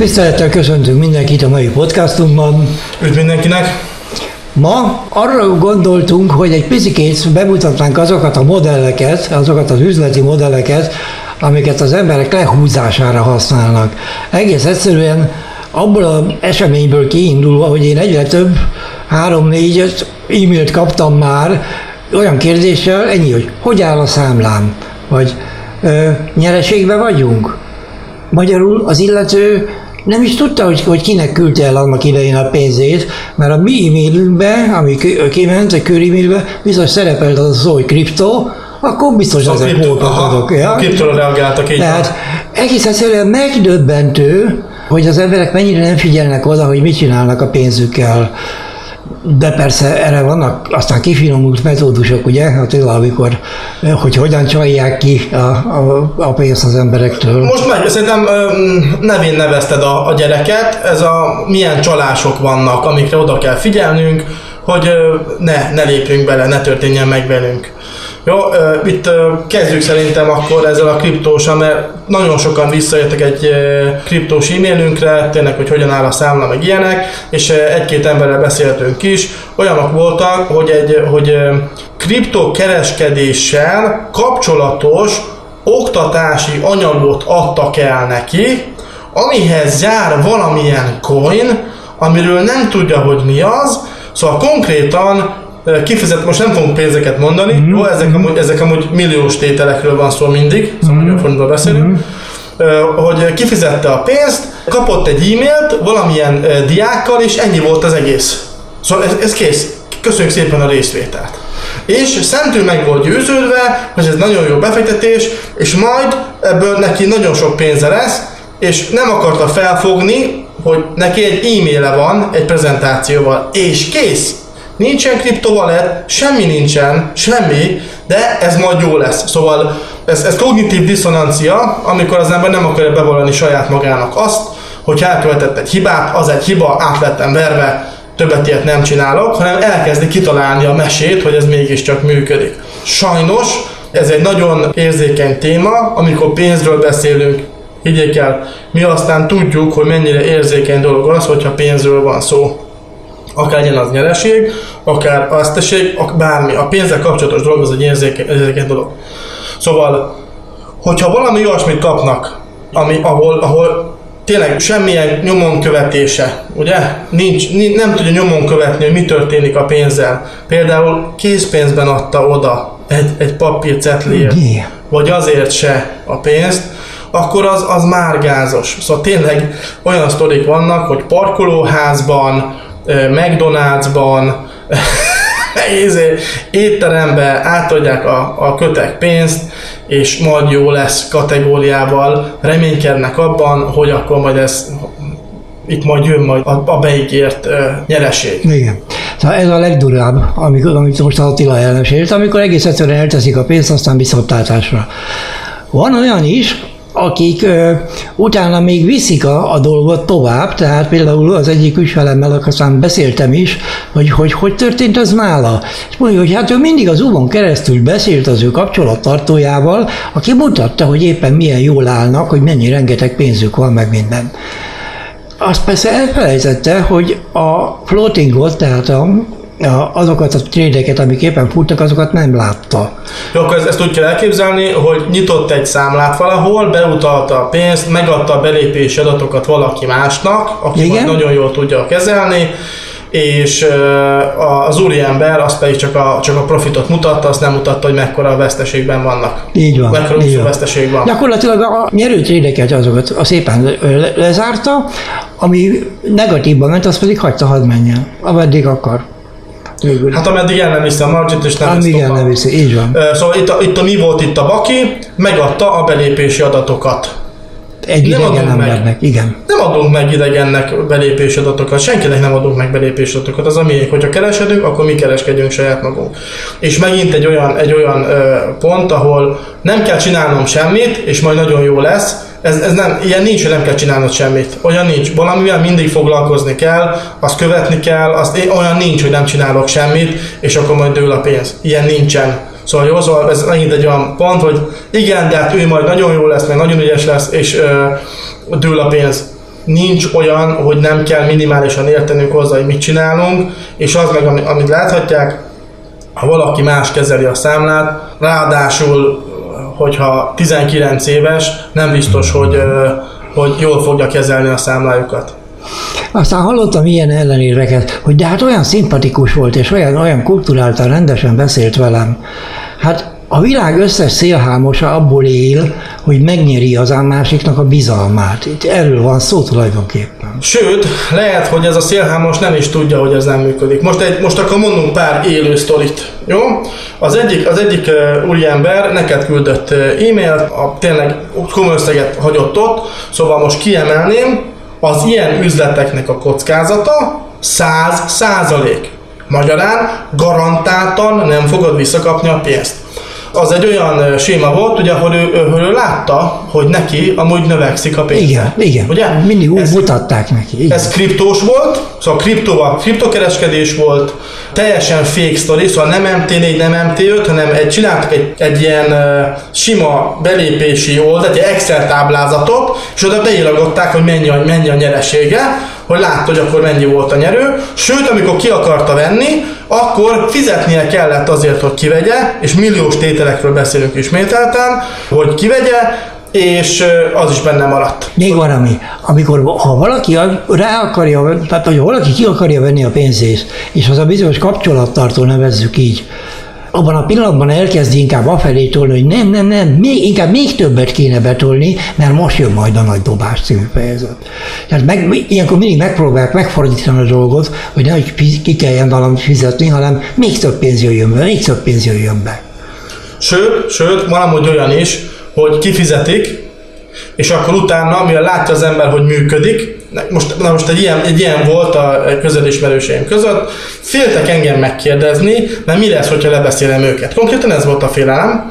Tisztelettel köszöntünk mindenkit a mai podcastunkban. Üdv mindenkinek! Ma arra gondoltunk, hogy egy picikét bemutatnánk azokat a modelleket, azokat az üzleti modelleket, amiket az emberek lehúzására használnak. Egész egyszerűen abból az eseményből kiindulva, hogy én egyre több 3-4 e-mailt kaptam már olyan kérdéssel, ennyi, hogy áll a számlám, vagy nyereségben vagyunk. Magyarul az illető nem is tudta, hogy kinek küldte el annak idején a pénzét, mert a mi e-mailünkbe, ami kiment a kör-e-mailbe, biztos szerepelt az a szó, hogy kriptó, akkor biztos ezek voltak azok. Ja? A kriptóra reagáltak így. Tehát egész egyszerűen megdöbbentő, hogy az emberek mennyire nem figyelnek oda, hogy mit csinálnak a pénzükkel. De persze erre vannak aztán kifinomult metódusok, ugye, amikor, hogy hogyan csalják ki a pénzt az emberektől. Most meg, szerintem nevén nevezted a gyereket, ez a milyen csalások vannak, amikre oda kell figyelnünk, hogy ne lépjünk bele, ne történjen meg velünk. Jó, itt kezdjük szerintem akkor ezzel a kriptóssal, mert nagyon sokan visszajöttek egy kriptós e-mailünkre, tényleg, hogy hogyan áll a számla, meg ilyenek, és egy-két emberrel beszéltünk is. Olyanok voltak, hogy kriptokereskedéssel kapcsolatos oktatási anyagot adtak el neki, amihez jár valamilyen coin, amiről nem tudja, hogy mi az, szóval konkrétan kifizet, most nem fogunk pénzeket mondani, jó, ezek amúgy milliós tételekről van szó mindig, szóval magyar forintból beszélünk, hogy kifizette a pénzt, kapott egy e-mailt valamilyen diákkal, és ennyi volt az egész. Szóval ez kész. Köszönjük szépen a részvételt. És szentül meg volt győződve, hogy ez nagyon jó befektetés, és majd ebből neki nagyon sok pénze lesz, és nem akarta felfogni, hogy neki egy e-maile van, egy prezentációval, és kész. Nincsen kriptovalet, semmi nincsen, semmi, de ez majd jó lesz. Szóval ez kognitív diszonancia, amikor az ember nem akarja bevallani saját magának azt, hogy elkövetett egy hibát, az egy hiba, át lettem verve, többet ilyet nem csinálok, hanem elkezdi kitalálni a mesét, hogy ez mégiscsak működik. Sajnos ez egy nagyon érzékeny téma, amikor pénzről beszélünk, higgyék el, mi aztán tudjuk, hogy mennyire érzékeny dolog az, hogyha pénzről van szó. Akár legyen az nyereség, akár veszteség, bármi. A pénzzel kapcsolatos dolog az egy érzékeny dolog. Szóval, hogyha valami olyasmit kapnak, ahol tényleg semmilyen nyomon követése, ugye? Nem tudja nyomon követni, hogy mi történik a pénzzel. Például készpénzben adta oda egy papírcetliért, vagy azért se a pénzt, akkor az már gázos. Szóval tényleg olyan sztorik vannak, hogy parkolóházban, McDonald'sban, étterembe átadják a kötek pénzt, és majd jó lesz kategóriával, reménykednek abban, hogy akkor majd itt majd jön majd a beígért nyereség. Igen. Szóval ez a legdurább, amit most Attila elmesélt, amikor egész egyszerűen elteszik a pénzt, aztán viszontlátásra. Van olyan is, akik utána még viszik a dolgot tovább, tehát például az egyik ügyfelemmel, aztán beszéltem is, hogy történt az nála. És mondja, hogy hát ő mindig az U-on keresztül beszélt az ő kapcsolattartójával, aki mutatta, hogy éppen milyen jól állnak, hogy mennyi rengeteg pénzük van, meg minden. Azt persze elfelejtette, hogy a floatingot, tehát azokat a trédeket, amik éppen futnak, azokat nem látta. Jó, akkor ezt úgy kell elképzelni, hogy nyitott egy számlát valahol, beutalta a pénzt, megadta a belépési adatokat valaki másnak, aki majd nagyon jól tudja kezelni, és az úriember azt pedig csak a profitot mutatta, azt nem mutatta, hogy mekkora a veszteségben vannak. Így van. Mekkora veszteség van. Gyakorlatilag a nyerő trédeket azokat szépen lezárta, ami negatívban ment, azt pedig hadd menjen, ameddig akar. Hát ameddig el nem viszi a margit, és nem viszi, így van. Szóval itt mi volt itt a baki, megadta a belépési adatokat. Egy idegen embernek, igen. Nem adunk meg idegennek belépési adatokat, senkinek nem adunk meg belépési adatokat. Az a miénk, hogyha kereskedünk, akkor mi kereskedjünk saját magunk. És megint egy olyan pont, ahol nem kell csinálnom semmit, és majd nagyon jó lesz. Ez nem, ilyen nincs, hogy nem kell csinálnod semmit. Olyan nincs. Valamivel mindig foglalkozni kell, azt követni kell, olyan nincs, hogy nem csinálok semmit, és akkor majd dől a pénz. Ilyen nincsen. Szóval ez megint egy olyan pont, hogy igen, de hát ő majd nagyon jó lesz, meg nagyon ügyes lesz, és dől a pénz. nincs olyan, hogy nem kell minimálisan értenünk hozzá, hogy mit csinálunk, és az meg, amit láthatják, ha valaki más kezeli a számlát, ráadásul, hogyha 19 éves, nem biztos, hogy jól fogja kezelni a számlájukat. Aztán hallottam ilyen ellenérveket, hogy de hát olyan szimpatikus volt, és olyan kulturáltan rendesen beszélt velem. Hát a világ összes szélhámosa abból él, hogy megnyeri az másiknak a bizalmát. Itt erről van szó tulajdonképpen. Sőt, lehet, hogy ez a szélhámos nem is tudja, hogy ez nem működik. Most akkor mondunk pár élő sztorit, jó? Az egyik úriember neked küldött e-mailt, tényleg komoly összeget hagyott ott, szóval most kiemelném, az ilyen üzleteknek a kockázata 100%. Magyarán garantáltan nem fogod visszakapni a pénzt. Az egy olyan séma volt, ugye, ahol ő látta, hogy neki amúgy növekszik a pénz. Igen. Ugye? Mindig úgy mutatták neki. Igen. Ez kriptós volt, szóval kriptokereskedés volt, teljesen fake sztori, szóval nem MT4, nem MT5, hanem csináltak egy ilyen sima belépési oldalt, egy Excel táblázatot, és oda beíragották, hogy mennyi a nyeresége, hogy látta, hogy akkor mennyi volt a nyerő. Sőt, amikor ki akarta venni, akkor fizetnie kellett azért, hogy kivegye, és milliós tételekről beszélünk ismételten, hogy kivegye, és az is benne maradt. Még valami, ha valaki tehát hogy valaki ki akarja venni a pénzét, és az a bizonyos kapcsolattartó, nevezzük így, abban a pillanatban elkezdi inkább afelé tolni, hogy nem, inkább még többet kéne betolni, mert most jön majd a nagy dobás című fejezet. Tehát ilyenkor mindig megpróbálják megfordítani a dolgot, hogy ne ki kelljen valamit fizetni, hanem még több pénz jöjjön be. Sőt, van amúgy olyan is, hogy kifizetik, és akkor utána, mivel látja az ember, hogy működik, most egy ilyen volt a közelismerőseim között, féltek engem megkérdezni, mert mi lesz, hogyha lebeszélem őket. Konkrétan ez volt a félelem.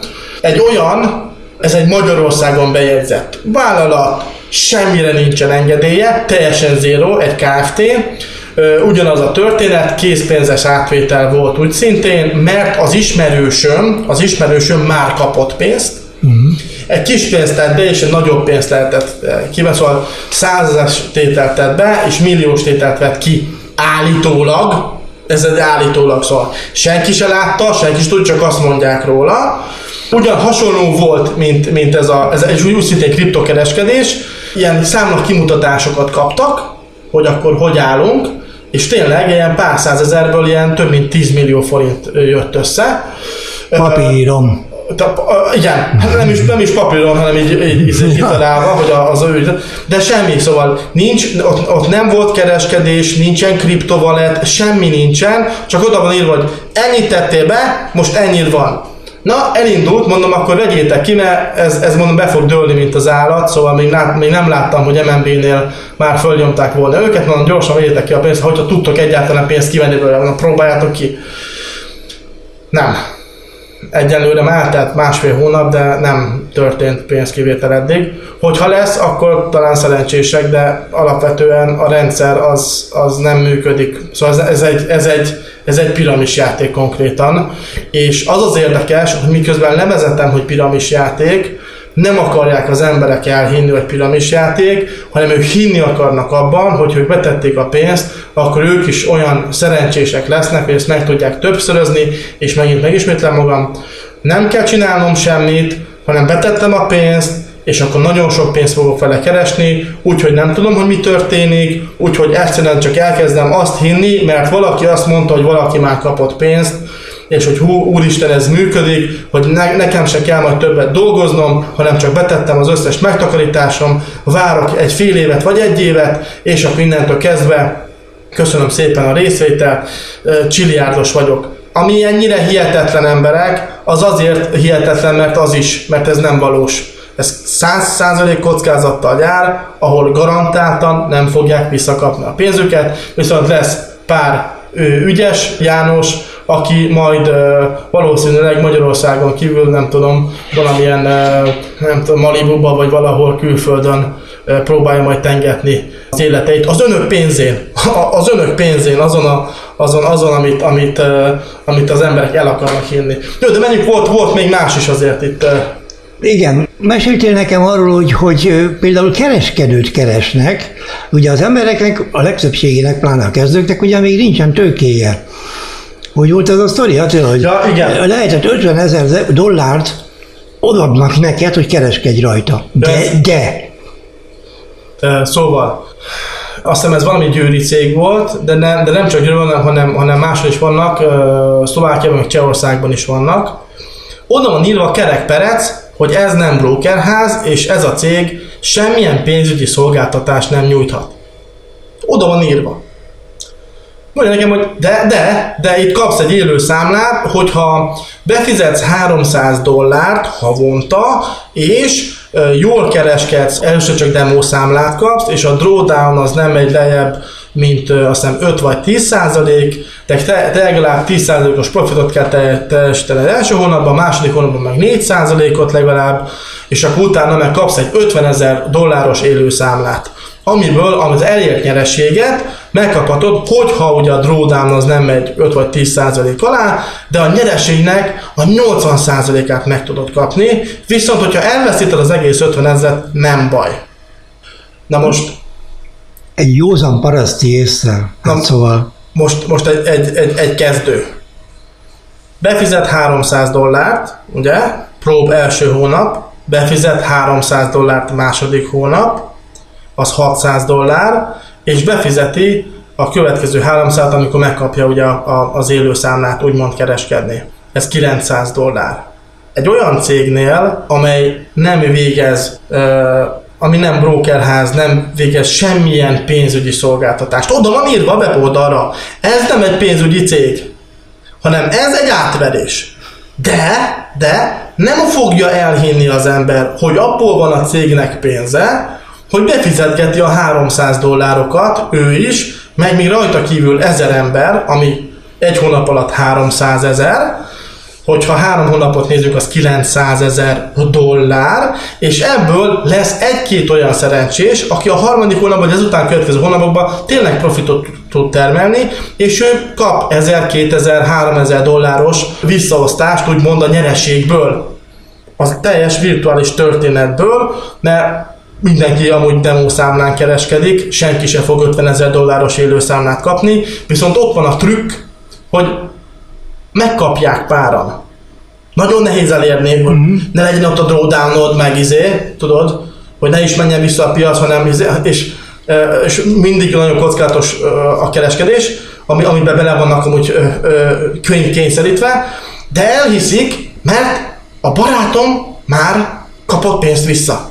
Ez egy Magyarországon bejegyzett vállalat, semmire nincsen engedélye, teljesen zéró, egy Kft. Ugyanaz a történet, készpénzes átvétel volt úgy szintén, mert az ismerősöm már kapott pénzt. Egy kis pénzt tett be, és egy nagyobb pénzt lehetett kivenni, szóval 100 000 tételt tett be, és milliós tételt vett ki állítólag. Ez egy állítólag, szóval senki se látta, senki se tudja, csak azt mondják róla. Ugyan hasonló volt, mint ez egy úgy szintén kriptokereskedés, ilyen számla kimutatásokat kaptak, hogy akkor hogy állunk, és tényleg ilyen pár százezerből ilyen több mint 10 millió forint jött össze. Papírom. Igen, nem is papíron, hanem így kitalálva, hogy az ő, de semmi, szóval ott nem volt kereskedés, nincsen kriptovalet, semmi nincsen, csak oda van írva, hogy ennyit tettél be, most ennyit van. Na, elindult, mondom, akkor vegyétek ki, mert ez mondom be fog dőlni, mint az állat, szóval még nem láttam, hogy MNB-nél már fölnyomták volna őket, mondom, gyorsan vegyétek ki a pénzt, hogyha tudtok egyáltalán pénzt kivenni belőle, mondom, próbáljátok ki. Nem. Egyelőre már eltelt 1,5 hónap, de nem történt pénzkivétel eddig. Hogyha lesz, akkor talán szerencsések, de alapvetően a rendszer az nem működik. Szóval ez egy piramisjáték konkrétan. És az érdekes, hogy miközben levezetem, hogy piramisjáték, nem akarják az emberek elhinni, hogy piramisjáték, hanem ők hinni akarnak abban, hogy ők betették a pénzt, akkor ők is olyan szerencsések lesznek, hogy ezt meg tudják többszörözni, és megint megismétlem magam, nem kell csinálnom semmit, hanem betettem a pénzt, és akkor nagyon sok pénzt fogok vele keresni, úgyhogy nem tudom, hogy mi történik, úgyhogy egyszerűen csak elkezdem azt hinni, mert valaki azt mondta, hogy valaki már kapott pénzt, és hogy úristen, ez működik, hogy nekem se kell majd többet dolgoznom, hanem csak betettem az összes megtakarításom, várok egy fél évet vagy egy évet, és akkor innentől kezdve köszönöm szépen a részvételt, csiliárdos vagyok. Ami ennyire hihetetlen emberek, az azért hihetetlen, mert ez nem valós. Ez 100% kockázattal jár, ahol garantáltan nem fogják visszakapni a pénzüket, viszont lesz pár ügyes János, aki majd valószínűleg Magyarországon kívül, nem tudom, valamilyen Malibuba vagy valahol külföldön próbálja majd tengetni az életeit. Az önök pénzén, azon amit az emberek el akarnak hinni. Jó, de menjünk, volt még más is azért itt Igen, meséltél nekem arról, hogy például kereskedőt keresnek, ugye az embereknek, a legtöbbségének, pláne a kezdőknek, ugye még nincsen tőkéje. Hogy volt ez a sztori, Attila, hogy ja, igen. lehetett $50,000 odaadnak neked, hogy kereskedj rajta. Szóval, azt hiszem ez valami győri cég volt, de nem csak Győrben, hanem máshol is vannak, Szlovákiában, meg Csehországban is vannak. Oda van írva kerekperec, hogy ez nem brokerház, és ez a cég semmilyen pénzügyi szolgáltatást nem nyújthat. Oda van írva. Mondja nekem, hogy de itt kapsz egy élő számlát, hogyha befizetsz $300 havonta, és jól kereskedsz, először csak demo számlát kapsz, és a drawdown az nem megy lejjebb, mint azt hiszem 5 vagy 10%, de te legalább 10%-os profitot kell teljesíteni az első hónapban, a második hónapban meg 4%-ot legalább, és akkor utána meg kapsz egy $50,000 élő számlát, amiből az elért nyereséget megkaphatod, hogyha ugye a drawdown az nem megy 5 vagy 10% alá, de a nyereségnek a 80%-át meg tudod kapni, viszont hogyha elveszíted az egész 50,000, nem baj. Na most... Egy józan paraszti észre, szóval... Most egy kezdő. Befizet $300, ugye? Prób első hónap, befizet $300 második hónap, az $600, és befizeti a következő 300, amikor megkapja ugye az élő számlát úgymond kereskedni. Ez $900. Egy olyan cégnél, amely nem végez, ami nem brokerház, nem végez semmilyen pénzügyi szolgáltatást. Oda van írva a weboldalra. Ez nem egy pénzügyi cég, hanem ez egy átverés. De nem fogja elhinni az ember, hogy abból van a cégnek pénze, hogy befizetgeti a $300 ő is, meg még rajta kívül 1000 ember, ami egy hónap alatt 300,000, hogyha 3 hónapot nézzük, az $900,000, és ebből lesz egy-két olyan szerencsés, aki a harmadik hónapban, vagy ezután következő hónapokban tényleg profitot tud termelni, és ő kap $1,000, $2,000, $3,000 visszaosztást, úgymond a nyereségből. Az teljes virtuális történetből, mert mindenki amúgy demószámlán kereskedik, senki se fog $50,000 élőszámlát kapni, viszont ott van a trükk, hogy megkapják páran. Nagyon nehéz elérni, hogy ne legyen ott a drawdownod, meg tudod, hogy ne is menjen vissza a piac, hanem és mindig nagyon kockázatos a kereskedés, amiben bele vannak amúgy kényszerítve, de elhiszik, mert a barátom már kapott pénzt vissza.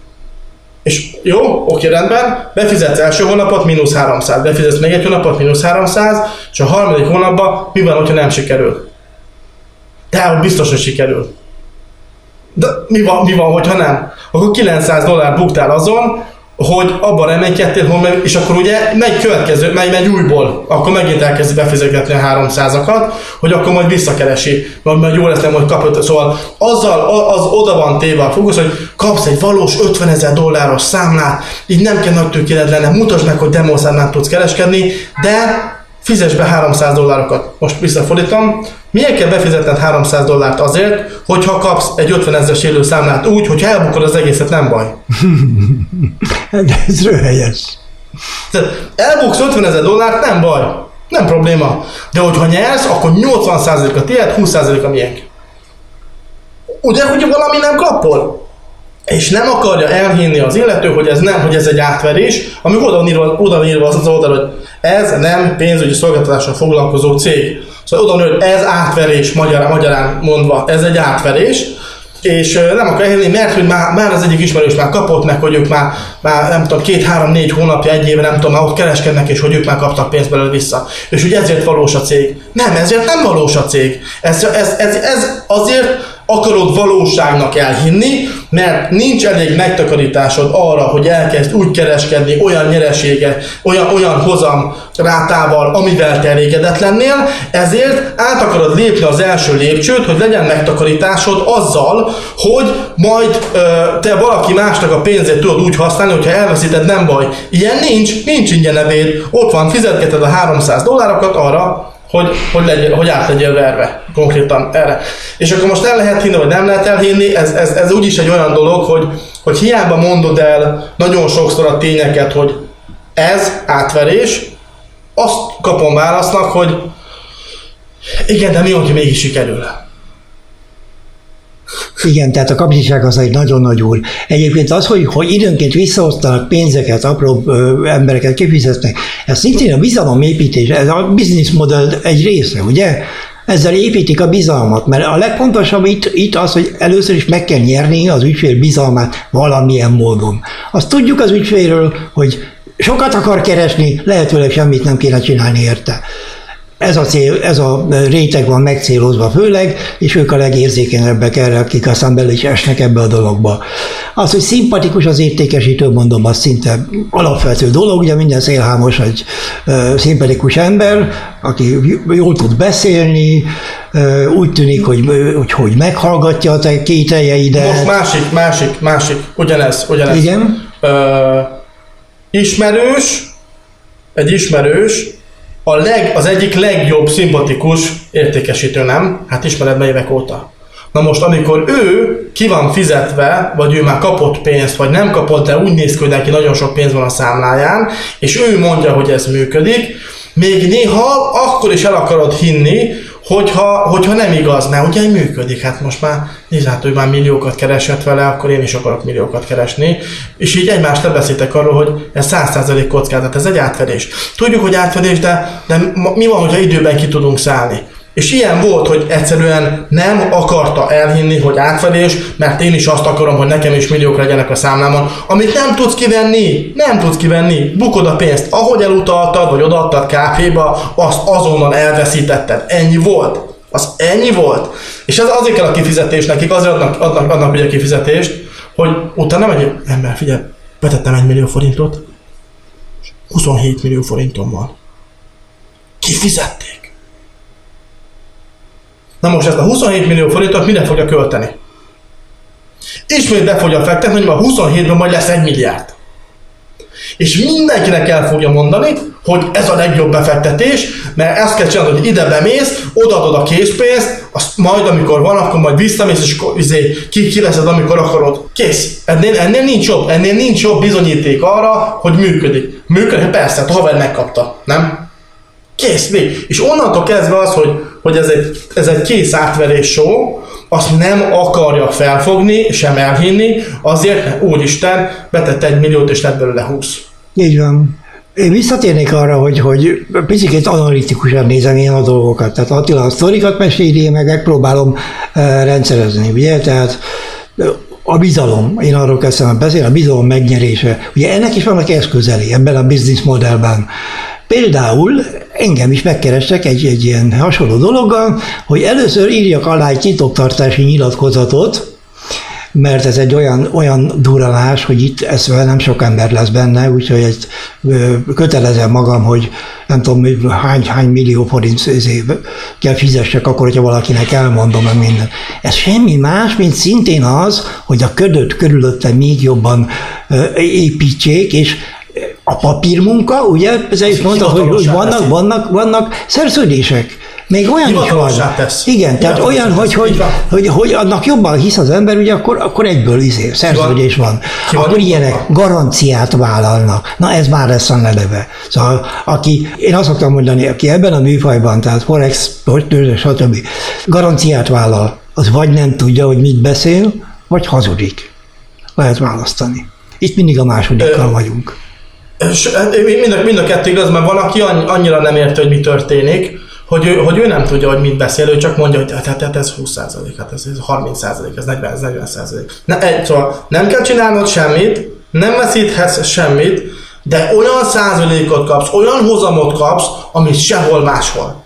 És jó, oké, rendben, befizetsz első hónapot, -300, befizetsz még egy hónapot, -300, és a harmadik hónapban mi van, hogyha nem sikerül? De hogy biztos, hogy sikerül. De mi van, hogyha nem? Akkor $900 buktál azon, hogy abban reménykedtél, és akkor ugye megy újból, akkor megint elkezdi befizetgetni a 300-akat, hogy akkor majd visszakeresi, majd jó lesz, nem, hogy kapott. Szóval azzal az oda van téve a fókusz, hogy kapsz egy valós $50,000 számlát, így nem kell nagy tőkéd lenne, mutasd meg, hogy demószámlát tudsz kereskedni, de fizess be $300. Most visszafordítom. Miért kell befizetned $300 azért, hogyha kapsz egy 50,000-es élő számlát úgy, hogyha elbukod az egészet, nem baj. De ez röhelyes. Elbuksz $50,000, nem baj. Nem probléma. De hogyha nyersz, akkor 80% a tiéd, 20% a miénk. Ugye, hogy valami nem klappol? És nem akarja elhinni az illető, hogy ez nem, hogy ez egy átverés, ami oda írva az oldal, hogy ez nem pénzügyi szolgáltatással foglalkozó cég. Szóval oda hogy ez átverés, magyarán mondva, ez egy átverés, és nem akar elhinni, mert hogy már az egyik ismerős már kapott meg, hogy ők már nem tudom, 2-3-4 hónapja, egy éve, nem tudom, már ott kereskednek, és hogy ők már kaptak pénzt belőle vissza. És hogy ezért valós a cég. Nem, ezért nem valós a cég. Ez azért akarod valóságnak elhinni, mert nincs elég megtakarításod arra, hogy elkezd úgy kereskedni olyan nyereséget, olyan hozam rátával, amivel te elégedett lennél, ezért át akarod lépni az első lépcsőt, hogy legyen megtakarításod azzal, hogy majd te valaki másnak a pénzét tudod úgy használni, hogyha elveszíted, nem baj. Ilyen nincs ingyen ebéd. Ott van, fizetgeted a $300 arra, hogy át legyél verve konkrétan erre. És akkor most el lehet hinni, vagy nem lehet elhinni, ez úgyis egy olyan dolog, hogy hiába mondod el nagyon sokszor a tényeket, hogy ez átverés, azt kapom válasznak, hogy igen, de mi van, ki mégis sikerül. Igen, tehát a kapcsiság az egy nagyon nagy úr. Egyébként az, hogy időnként visszaosztanak pénzeket, apró embereket kifizetnek, ez szintén a bizalomépítés, ez a business model egy része, ugye? Ezzel építik a bizalmat, mert a legfontosabb itt az, hogy először is meg kell nyerni az ügyfél bizalmát valamilyen módon. Azt tudjuk az ügyfélről, hogy sokat akar keresni, lehetőleg semmit nem kéne csinálni érte. Ez a cél, ez a réteg van megcélozva főleg, és ők a legérzékenyebbek erre, akik aztán bele is esnek ebbe a dologba. Az, hogy szimpatikus az értékesítő, mondom, az szinte alapvető dolog, ugye minden szélhámos egy szimpatikus ember, aki jól tud beszélni, úgy tűnik, hogy meghallgatja a te kételjeidet. Most másik, ugyanez. Igen? Egy ismerős, az egyik legjobb, szimpatikus értékesítő, nem? Hát ismered be évek óta. Na most, amikor ő ki van fizetve, vagy ő már kapott pénzt, vagy nem kapott, de úgy néz ki, hogy neki nagyon sok pénz van a számláján, és ő mondja, hogy ez működik, még néha akkor is el akarod hinni, hogyha nem igaz, mert ugye működik, hát most már nézd, hogy már milliókat keresett vele, akkor én is akarok milliókat keresni, és így egymást lebeszéltek arról, hogy ez 100% kockázat, ez egy átfedés. Tudjuk, hogy átfedés, de mi van, hogyha időben ki tudunk szállni? És ilyen volt, hogy egyszerűen nem akarta elhinni, hogy átfedés, mert én is azt akarom, hogy nekem is milliók legyenek a számlámon, amit nem tudsz kivenni, bukod a pénzt, ahogy elutaltad, vagy odaadtad KP-ba, azt azonnal elveszítetted. Ennyi volt. És ez azért kell a kifizetés nekik, azért adnak ugye kifizetést, hogy utána nem egy ember, figyelj, betettem 1 millió forintot, 27 millió forintom van. Kifizették. Na most ezt a 27 millió forintot mire fogja költeni? Ismét be fogja fektetni, hogy a 27-ben majd lesz 1 milliárd. És mindenkinek el fogja mondani, hogy ez a legjobb befektetés, mert ezt kell csinálni, hogy ide bemész, odaadod a készpénzt, azt majd amikor van, akkor majd visszamész, és kiveszed, amikor akarod. Kész. Ennél nincs jobb bizonyíték arra, hogy működik. Működik? Persze, a haver megkapta, nem? Kész, és onnantól kezdve az, hogy ez egy kész átverés show, azt nem akarja felfogni, sem elhinni, azért, mert úristen, betett 1 milliót, és lett belőle 20. Így van. Én visszatérnék arra, hogy picit analitikusan nézem én a dolgokat. Tehát Attila a sztorikat meséli, meg megpróbálom rendszerezni, ugye? Tehát a bizalom, én arról kezdtem beszélni, a bizalom megnyerése. Ugye ennek is vannak eszközei ebben a business modellben. Például engem is megkerestek egy ilyen hasonló dologgal, hogy először írjak alá egy titoktartási nyilatkozatot, mert ez egy olyan durranás, hogy itt ezzel nem sok ember lesz benne, úgyhogy kötelezem magam, hogy nem tudom, hány millió forint kell fizessek akkor, hogyha valakinek elmondom minden. Ez semmi más, mint szintén az, hogy a ködöt körülötte még jobban építsék, és a papírmunka, ugye, ez is mondta, hogy vannak szerződések. Még olyan is van. Igen, tehát olyan, hogy annak jobban hisz az ember, ugye akkor egyből szerződés van. Akkor ilyenek garanciát vállalnak. Na ez már lesz a eleve. Szóval én azt szoktam mondani, aki ebben a műfajban, tehát Forex, stb. Garanciát vállal, az vagy nem tudja, hogy mit beszél, vagy hazudik. Lehet választani. Itt mindig a másodikkal vagyunk. Mind a kettő igaz, mert van, aki annyira nem érti, hogy mi történik, hogy ő nem tudja, hogy mit beszél, ő csak mondja, hogy hát ez 20%, hát ez 30%, ez 40%. Szóval nem kell csinálnod semmit, nem veszíthetsz semmit, de olyan százalékot kapsz, olyan hozamot kapsz, amit sehol máshol.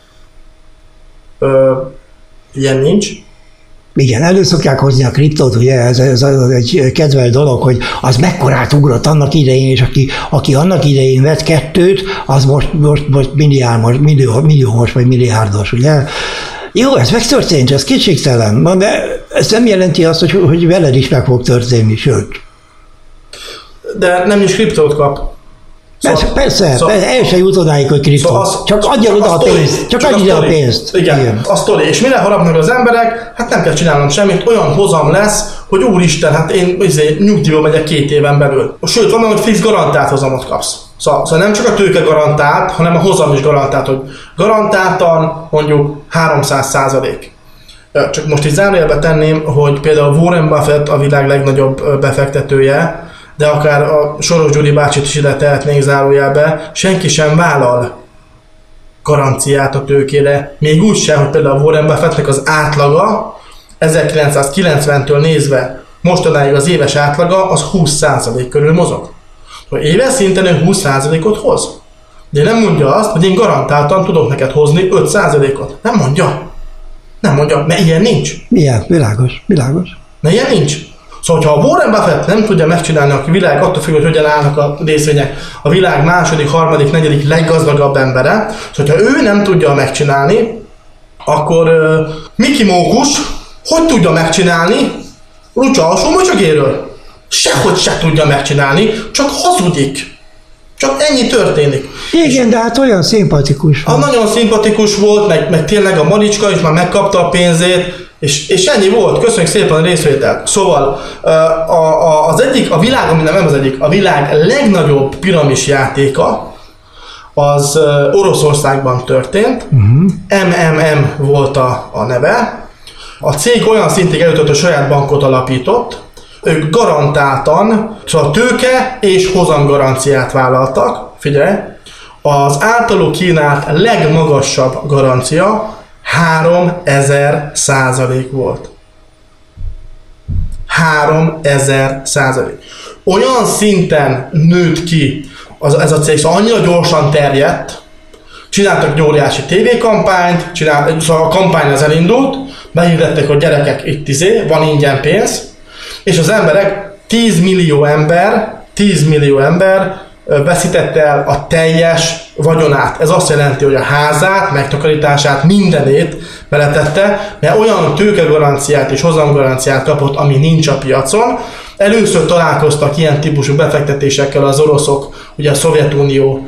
Ilyen nincs. Igen, elő szokják hozni a kriptót, ugye ez egy kedvelt dolog, hogy az mekkorát ugrott annak idején, és aki annak idején vett 2, az most milliós vagy milliárdos, ugye? Jó, ez megtörtént, ez kétségtelen, de ez nem jelenti azt, hogy veled is meg fog történni, sőt. De nem is kriptót kap. Persze, el se jut odáig, hogy kripto. Csak adja oda a pénzt. Csak adja ide a pénzt. Igen, a sztori. És mire harapnak az emberek? Hát nem kell csinálnom semmit, olyan hozam lesz, hogy úristen, hát én nyugdíjba megyek 2 éven belül. Sőt, van, hogy fix garantált hozamot kapsz. Szóval nem csak a tőke garantált, hanem a hozam is garantált, hogy garantáltan mondjuk 300%. Csak most így zárójelbe tenném, hogy például Warren Buffett a világ legnagyobb befektetője, de akár a Soros Gyuri bácsit is ide tehetnénk zárójelbe, senki sem vállal garanciát a tőkére, még úgy sem, hogy például Warren Buffettnek az átlaga 1990-től nézve mostanáig az éves átlaga az 20% körül mozog. Éves szinten ő 20%-ot hoz. De nem mondja azt, hogy én garantáltan tudok neked hozni 5%-ot. Nem mondja, mert ilyen nincs. Igen, világos. Mert ilyen nincs. Szóval, ha a Warren Buffett nem tudja megcsinálni a világ, attól függ, hogy hogyan állnak a részvények, a világ második, harmadik, negyedik leggazdagabb embere, szóval, ha ő nem tudja megcsinálni, akkor Mickey Mókus hogy tudja megcsinálni Lucsa alsó mocsogéről? Sehogy se tudja megcsinálni, csak hazudik. Csak ennyi történik. Igen, de hát olyan szimpatikus volt. Nagyon szimpatikus volt, meg tényleg a Maricska is már megkapta a pénzét, és ennyi volt. Köszönjük szépen a részvételt. Szóval a világ legnagyobb piramis játéka az Oroszországban történt. MMM volt a neve. A cég olyan szintig eljutott, hogy saját bankot alapított. Ők garantáltan, szóval tőke és hozamgaranciát vállaltak. Figyelj! Az általuk kínált legmagasabb garancia 3000% volt. 3000%. Olyan szinten nőtt ki ez a cég, szóval annyira gyorsan terjedt, csináltak egy óriási tévékampányt, szóval a kampány az elindult, behirdették, hogy gyerekek, itt van ingyen pénz, és az emberek, 10 millió ember veszítette el a teljes vagyonát. Ez azt jelenti, hogy a házát, megtakarítását, mindenét beletette, mert olyan tőkegaranciát és hozamgaranciát kapott, ami nincs a piacon. Először találkoztak ilyen típusú befektetésekkel az oroszok, ugye a Szovjetunió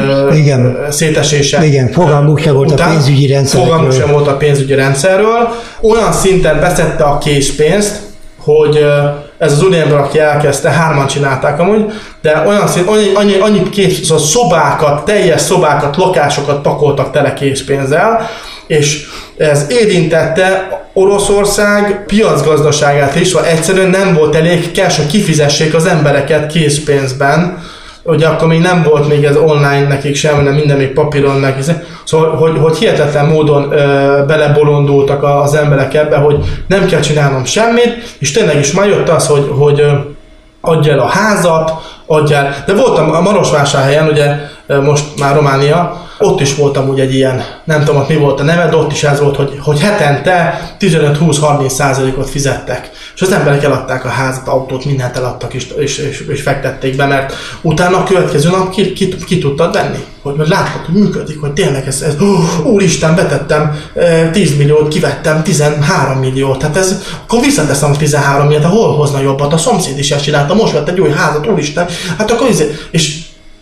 szétesése. Igen, fogalmuk sem volt a pénzügyi rendszerről. Fogalmuk sem volt a pénzügyi rendszerről. Olyan szinten beszedte a készpénzt, hogy ez az úriember, aki elkezdte, 3-an csinálták amúgy, de olyan szóval szobákat, teljes szobákat, lakásokat pakoltak tele készpénzzel, és ez érintette Oroszország piacgazdaságát is, szóval egyszerűen nem volt elég cash, hogy kifizessék az embereket készpénzben. Ugye akkor még nem volt még ez online nekik sem, hanem minden még papíron meg. Szóval, hogy hihetetlen módon belebolondultak az emberek ebbe, hogy nem kell csinálnom semmit, és tényleg is már jött az, hogy adj el a házat, adj el. De voltam a Marosvásárhelyen, ugye most már Románia, ott is voltam úgy egy ilyen, nem tudom, mi volt a neve, de ott is ez volt, hogy hetente 15-20-30%-ot fizettek. És az emberek eladták a házat, autót, mindent eladtak és fektették be, mert utána a következő nap ki tudtad venni. Hogy látod, hogy működik, hogy tényleg ez úristen, betettem 10 milliót, kivettem 13 milliót, hát akkor visszateszem a 13 milliót, hol hozna jobbat, a szomszéd is ezt csinálta, most vett egy új házat, úristen, hát akkor és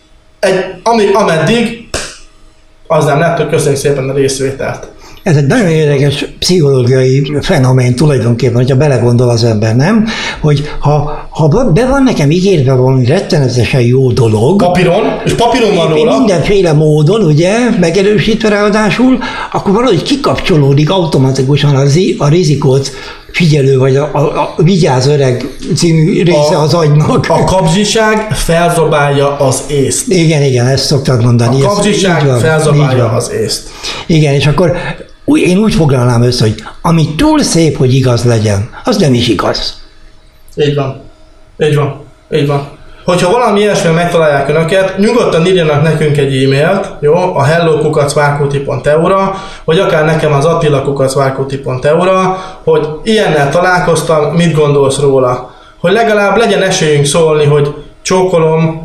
ameddig az nem lett, hogy köszönjük szépen a részvételt. Ez egy nagyon érdekes pszichológiai fenomén tulajdonképpen, hogyha belegondol az ember, nem? Hogy ha be van nekem ígérve valami rettenetesen jó dolog, papíron van róla. Mindenféle módon, ugye, megerősítve ráadásul, akkor valahogy kikapcsolódik automatikusan a rizikót figyelő, vagy a Vigyázz öreg című része az agynak. A kapzsiság felzabálja az észt. Igen, ezt szoktad mondani. A kapzsiság felzabálja az észt. Igen, és akkor én úgy foglalnám össze, hogy ami túl szép, hogy igaz legyen, az nem is igaz. Így van. Hogyha valami ilyesmivel megtalálják önöket, nyugodtan írjanak nekünk egy e-mailt, jó, a hello@várkóti.eu-ra, vagy akár nekem az attila@várkóti.eu-ra, hogy ilyennel találkoztam, mit gondolsz róla. Hogy legalább legyen esélyünk szólni, hogy csókolom,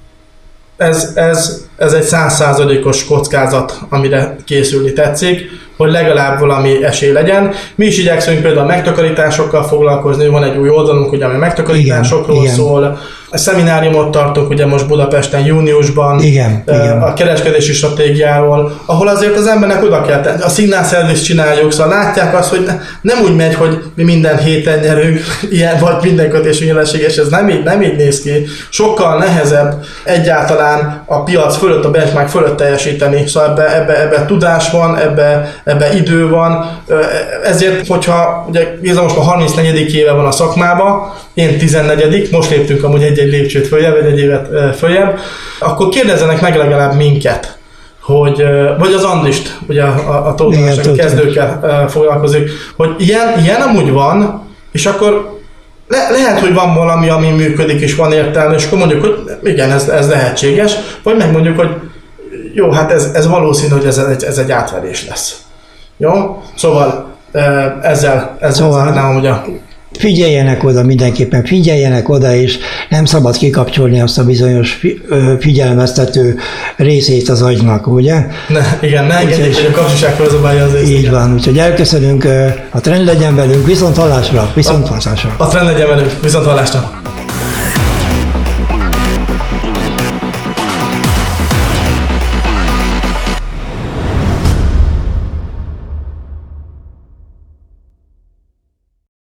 ez egy 100%-os kockázat, amire készülni tetszik, hogy legalább valami esély legyen. Mi is igyekszünk például a megtakarításokkal foglalkozni, van egy új oldalunk, ugye, ami megtakarításokról szól, szemináriumot tartok ugye most Budapesten júniusban, igen. A kereskedési stratégiáról, ahol azért az embernek oda kell tenni. A szignálszervizt csináljuk, szóval látják azt, hogy nem úgy megy, hogy mi minden héten nyerünk, ilyen vagy minden kötési nyereséges, ez nem így néz ki. Sokkal nehezebb egyáltalán a piac fölött, a benchmark fölött teljesíteni, szóval ebbe tudás van, ebbe idő van, ezért, hogyha ugye Géza most a 34. éve van a szakmába, én 14., most léptünk amúgy egy lépcsőt följebb, egy évet följebb, akkor kérdezzenek meg legalább minket, hogy, vagy az Andrist, ugye a Tóth kezdőkkel foglalkozik, hogy ilyen amúgy van, és akkor lehet, hogy van valami, ami működik, és van értelme, és akkor mondjuk, hogy igen, ez lehetséges, vagy megmondjuk, hogy jó, hát ez valószínű, hogy ez egy átverés lesz. Jó? Szóval ezzel zárnám, hogy figyeljenek oda, mindenképpen figyeljenek oda, és nem szabad kikapcsolni azt a bizonyos figyelmeztető részét az agynak, ugye? Ne engedjék, hogy a kapcsolság felzabálja az éjszakát. Így van, úgyhogy elköszönünk, a trend legyen velünk, viszont hallásra. A trend legyen velünk, viszont hallásra.